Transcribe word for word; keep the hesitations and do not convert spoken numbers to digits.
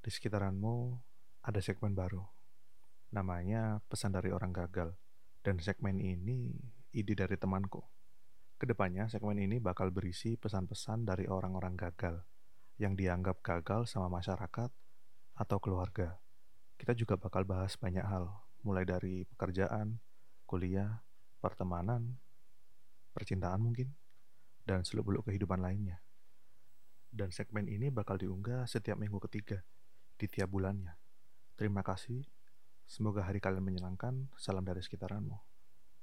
Di sekitaranmu ada segmen baru, namanya Pesan dari Orang Gagal. Dan segmen ini ide dari temanku. Kedepannya segmen ini bakal berisi pesan-pesan dari orang-orang gagal yang dianggap gagal sama masyarakat atau keluarga. Kita juga bakal bahas banyak hal, mulai dari pekerjaan, kuliah, pertemanan, percintaan mungkin, dan seluk-beluk kehidupan lainnya. Dan segmen ini bakal diunggah setiap minggu ketiga di tiap bulannya. Terima kasih. Semoga hari kalian menyenangkan. Salam dari sekitaranmu.